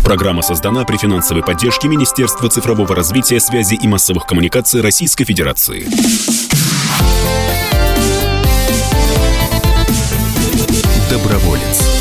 Программа создана при финансовой поддержке Министерства цифрового развития, связи и массовых коммуникаций Российской Федерации. Доброволец.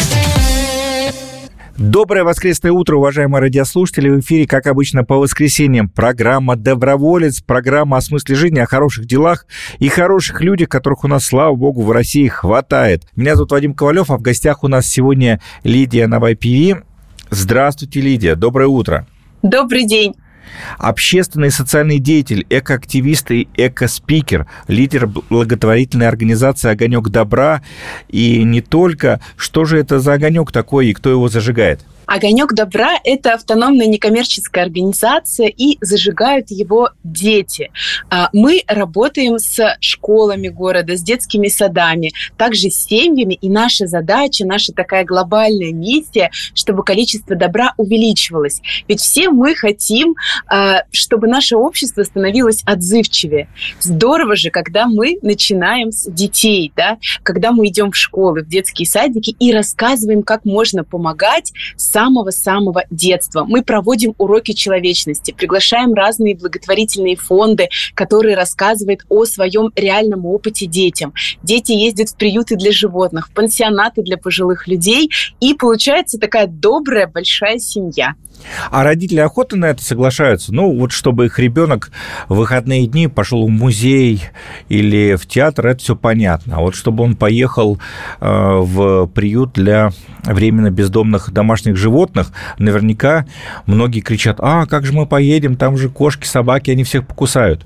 Доброе воскресное утро, уважаемые радиослушатели. В эфире, как обычно, по воскресеньям программа «Доброволец», программа о смысле жизни, о хороших делах и хороших людях, которых у нас, слава богу, в России хватает. Меня зовут Вадим Ковалев, а в гостях у нас сегодня Лидия Навай-Пиви. Здравствуйте, Лидия. Доброе утро. Добрый день. Общественный и социальный деятель, экоактивист и экоспикер, лидер благотворительной организации «Огонек добра». И не только. Что же это за огонек такой и кто его зажигает? «Огонек добра» — это автономная некоммерческая организация, и зажигают его дети. Мы работаем с школами города, с детскими садами, также с семьями, и наша задача, наша такая глобальная миссия, чтобы количество добра увеличивалось. Ведь все мы хотим, чтобы наше общество становилось отзывчивее. Здорово же, когда мы начинаем с детей, да? Когда мы идем в школы, в детские садики и рассказываем, как можно помогать с самого-самого детства. Мы проводим уроки человечности, приглашаем разные благотворительные фонды, которые рассказывают о своем реальном опыте детям. Дети ездят в приюты для животных, в пансионаты для пожилых людей, и получается такая добрая большая семья. А родители охотно на это соглашаются? Ну, вот чтобы их ребенок в выходные дни пошел в музей или в театр, это все понятно. А вот чтобы он поехал в приют для временно бездомных домашних животных, наверняка многие кричат: «А, как же мы поедем, там же кошки, собаки, они всех покусают».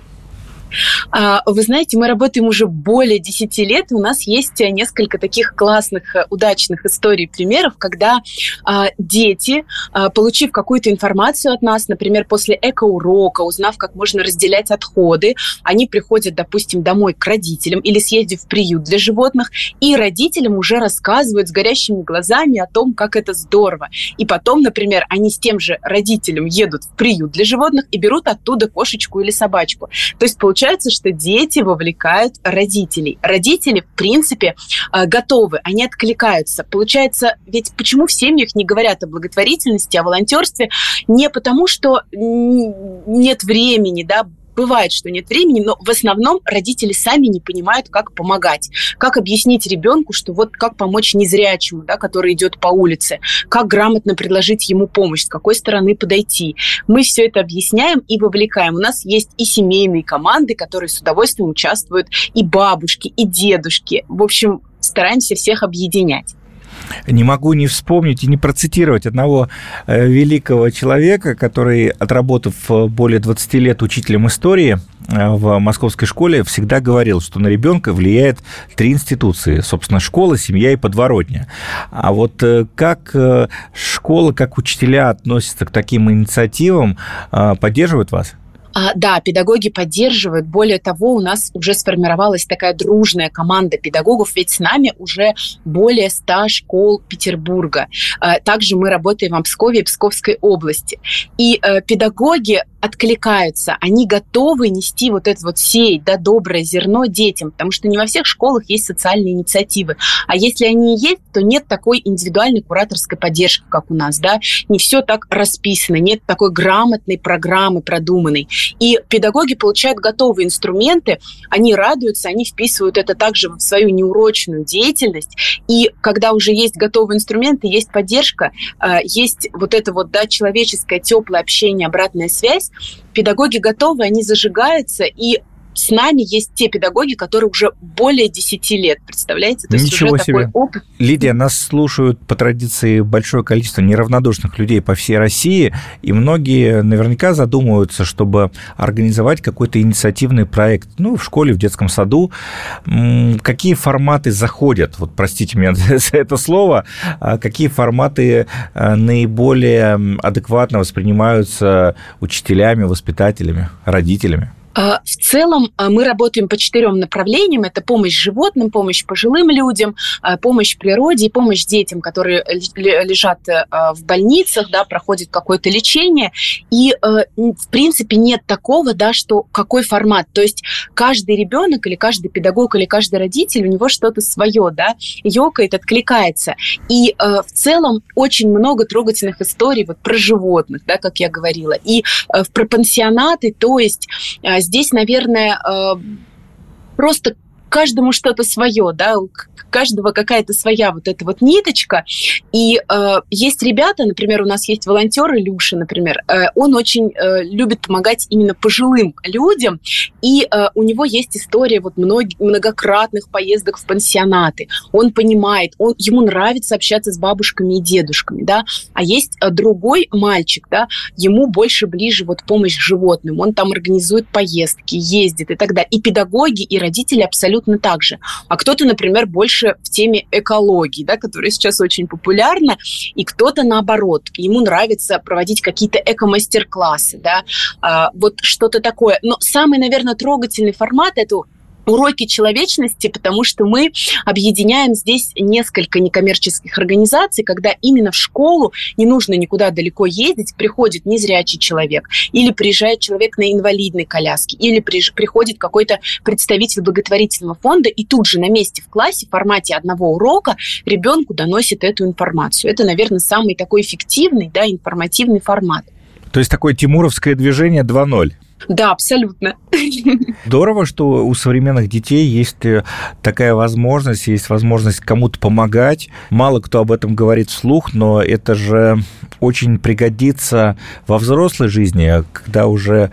Вы знаете, мы работаем уже более 10 лет, и у нас есть несколько таких классных, удачных историй, примеров, когда дети, получив какую-то информацию от нас, например, после экоурока, узнав, как можно разделять отходы, они приходят, допустим, домой к родителям или съездив в приют для животных, и родителям уже рассказывают с горящими глазами о том, как это здорово. И потом, например, они с тем же родителем едут в приют для животных и берут оттуда кошечку или собачку. То есть получается, что дети вовлекают родителей. Родители, в принципе, готовы, они откликаются. Получается, ведь почему в семьях не говорят о благотворительности, о волонтерстве? Не потому, что нет времени, да, бывает, что нет времени, но в основном родители сами не понимают, как помогать, как объяснить ребенку, что вот как помочь незрячему, да, который идет по улице, как грамотно предложить ему помощь, с какой стороны подойти. Мы все это объясняем и вовлекаем. У нас есть и семейные команды, которые с удовольствием участвуют, и бабушки, и дедушки. В общем, стараемся всех объединять. Не могу не вспомнить и не процитировать одного великого человека, который, отработав более 20 лет учителем истории в московской школе, всегда говорил, что на ребенка влияет 3 институции. Собственно, школа, семья и подворотня. А вот как школа, как учителя относятся к таким инициативам, поддерживают вас? Да, педагоги поддерживают. Более того, у нас уже сформировалась такая дружная команда педагогов, ведь с нами уже более 100 школ Петербурга. Также мы работаем в Пскове и Псковской области. И педагоги откликаются, они готовы нести вот это вот сеять, да, доброе зерно детям, потому что не во всех школах есть социальные инициативы. А если они и есть, то нет такой индивидуальной кураторской поддержки, как у нас, да, не все так расписано, нет такой грамотной программы продуманной. И педагоги получают готовые инструменты, они радуются, они вписывают это также в свою неурочную деятельность. И когда уже есть готовые инструменты, есть поддержка, есть вот это вот, да, человеческое, теплое общение, обратная связь, педагоги готовы, они зажигаются, и с нами есть те педагоги, которые уже более 10 лет, представляете? То есть ничего уже себе. Такой опыт. Лидия, нас слушают по традиции большое количество неравнодушных людей по всей России, и многие наверняка задумываются, чтобы организовать какой-то инициативный проект, ну, в школе, в детском саду. Какие форматы заходят? Вот простите меня за это слово. Какие форматы наиболее адекватно воспринимаются учителями, воспитателями, родителями? В целом мы работаем по 4 направлениям. Это помощь животным, помощь пожилым людям, помощь природе и помощь детям, которые лежат в больницах, да, проходят какое-то лечение. И, в принципе, нет такого, да, что какой формат. То есть каждый ребенок или каждый педагог или каждый родитель, у него что-то свое, да, ёкает, откликается. И в целом очень много трогательных историй вот про животных, да, как я говорила. И про пансионаты, то есть здесь, наверное, просто каждому что-то свое, да, у каждого какая-то своя вот эта вот ниточка. И есть ребята, например, у нас есть волонтер Илюша, например, он очень любит помогать именно пожилым людям, и у него есть история вот многократных поездок в пансионаты. Он понимает, ему нравится общаться с бабушками и дедушками, да, а есть другой мальчик, да, ему больше ближе вот помощь животным, он там организует поездки, ездит и так далее. И педагоги, и родители абсолютно так же. А кто-то, например, больше в теме экологии, да, которая сейчас очень популярна, и кто-то наоборот. Ему нравится проводить какие-то эко-мастер-классы, да, вот что-то такое. Но самый, наверное, трогательный формат – это уроки человечности, потому что мы объединяем здесь несколько некоммерческих организаций, когда именно в школу не нужно никуда далеко ездить, приходит незрячий человек, или приезжает человек на инвалидной коляске, или приходит какой-то представитель благотворительного фонда, и тут же на месте в классе в формате одного урока ребенку доносит эту информацию. Это, наверное, самый такой эффективный, да, информативный формат. То есть такое тимуровское движение 2.0. Да, абсолютно. Здорово, что у современных детей есть такая возможность, есть возможность кому-то помогать. Мало кто об этом говорит вслух, но это же очень пригодится во взрослой жизни, когда уже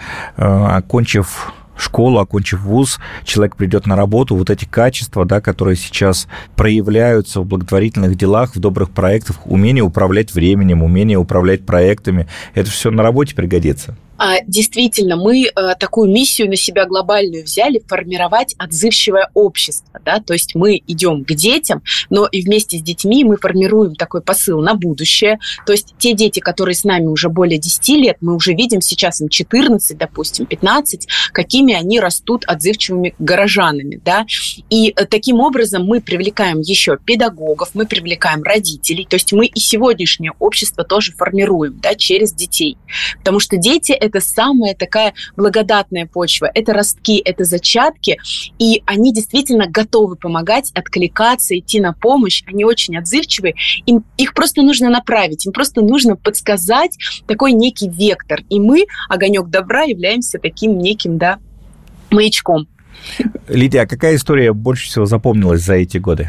окончив школу, окончив вуз, человек придет на работу, вот эти качества, да, которые сейчас проявляются в благотворительных делах, в добрых проектах, умение управлять временем, умение управлять проектами, это все на работе пригодится. Действительно, мы такую миссию на себя глобальную взяли – формировать отзывчивое общество. Да? То есть мы идем к детям, но и вместе с детьми мы формируем такой посыл на будущее. То есть те дети, которые с нами уже более 10 лет, мы уже видим сейчас им 14, допустим, 15, какими они растут отзывчивыми горожанами. Да? И таким образом мы привлекаем еще педагогов, мы привлекаем родителей. То есть мы и сегодняшнее общество тоже формируем, да, через детей. Потому что дети – это самая такая благодатная почва. Это ростки, это зачатки, и они действительно готовы помогать, откликаться, идти на помощь. Они очень отзывчивые. Их просто нужно направить, им просто нужно подсказать такой некий вектор. И мы, Огонек Добра, являемся таким неким, да, маячком. Лидия, а какая история больше всего запомнилась за эти годы?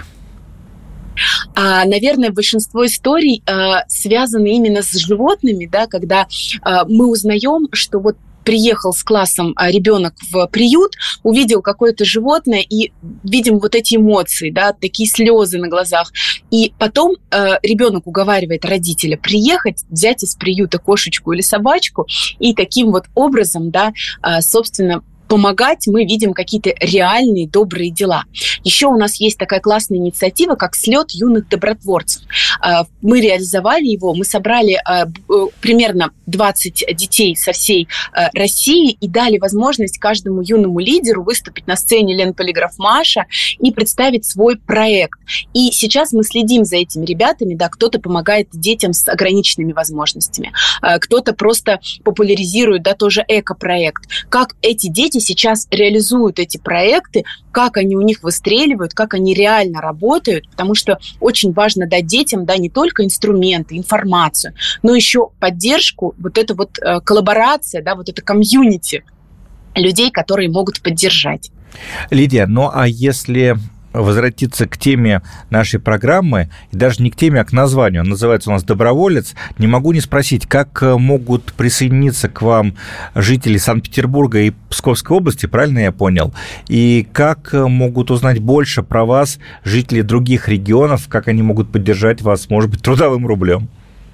Наверное, большинство историй связаны именно с животными, да, когда мы узнаем, что вот приехал с классом ребенок в приют, увидел какое-то животное и видим вот эти эмоции, да, такие слезы на глазах. И потом ребенок уговаривает родителя приехать, взять из приюта кошечку или собачку, и таким вот образом, да, собственно, помогать, мы видим какие-то реальные добрые дела. Еще у нас есть такая классная инициатива, как слет юных добротворцев. Мы реализовали его, мы собрали примерно 20 детей со всей России и дали возможность каждому юному лидеру выступить на сцене Лен Полиграф Маша и представить свой проект. И сейчас мы следим за этими ребятами, да, кто-то помогает детям с ограниченными возможностями, кто-то просто популяризирует, да, тоже эко-проект. Как эти дети сейчас реализуют эти проекты, как они у них выстреливают, как они реально работают, потому что очень важно дать детям, да, не только инструменты, информацию, но еще поддержку, вот эта вот коллаборация, да, вот это комьюнити людей, которые могут поддержать. Лидия, ну а если возвратиться к теме нашей программы, и даже не к теме, а к названию. Он называется у нас «Доброволец». Не могу не спросить, как могут присоединиться к вам жители Санкт-Петербурга и Псковской области, правильно я понял? И как могут узнать больше про вас жители других регионов, как они могут поддержать вас, может быть, трудовым рублем?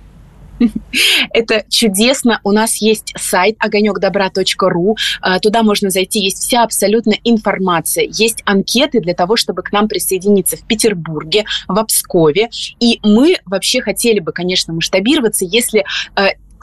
Это чудесно. У нас есть сайт огонекдобра.ру. Туда можно зайти. Есть вся абсолютно информация. Есть анкеты для того, чтобы к нам присоединиться в Петербурге, в Пскове. И мы вообще хотели бы, конечно, масштабироваться, если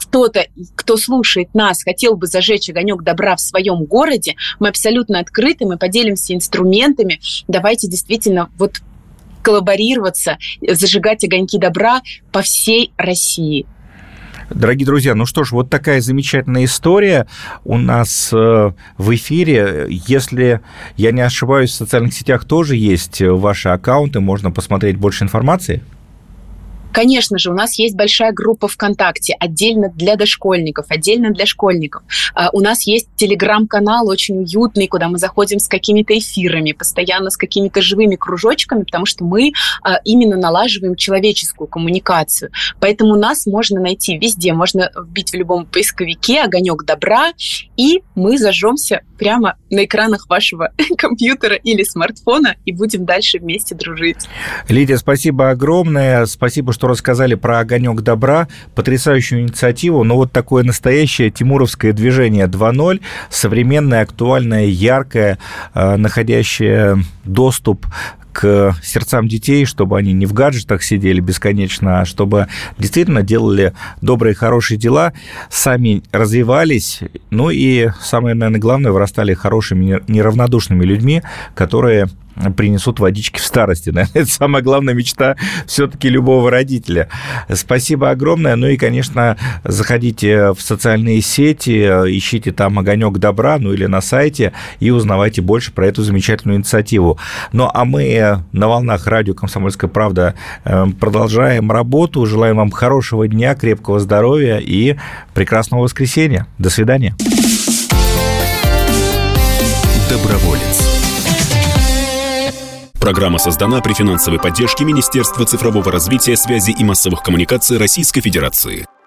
кто-то, кто слушает нас, хотел бы зажечь огонек добра в своем городе, мы абсолютно открыты, мы поделимся инструментами. Давайте действительно коллаборироваться, зажигать огоньки добра по всей России. Дорогие друзья, ну что ж, вот такая замечательная история у нас в эфире. Если я не ошибаюсь, в социальных сетях тоже есть ваши аккаунты, можно посмотреть больше информации. Конечно же, у нас есть большая группа ВКонтакте, отдельно для дошкольников, отдельно для школьников. У нас есть телеграм-канал очень уютный, куда мы заходим с какими-то эфирами, постоянно с какими-то живыми кружочками, потому что мы именно налаживаем человеческую коммуникацию. Поэтому нас можно найти везде, можно вбить в любом поисковике «Огонек добра», и мы зажжемся прямо на экранах вашего компьютера или смартфона и будем дальше вместе дружить. Лидия, спасибо огромное. Спасибо, что рассказали про «Огонек добра». Потрясающую инициативу. Но вот такое настоящее тимуровское движение 2.0, современное, актуальное, яркое, находящее доступ к сердцам детей, чтобы они не в гаджетах сидели бесконечно, а чтобы действительно делали добрые, хорошие дела, сами развивались, ну и самое, наверное, главное, вырастали хорошими, неравнодушными людьми, которые принесут водички в старости. Наверное, это самая главная мечта все-таки любого родителя. Спасибо огромное. Ну и, конечно, заходите в социальные сети, ищите там «Огонек добра», ну или на сайте, и узнавайте больше про эту замечательную инициативу. Ну а мы на волнах радио «Комсомольская правда» продолжаем работу. Желаем вам хорошего дня, крепкого здоровья и прекрасного воскресенья. До свидания. Доброволец. Программа создана при финансовой поддержке Министерства цифрового развития, связи и массовых коммуникаций Российской Федерации.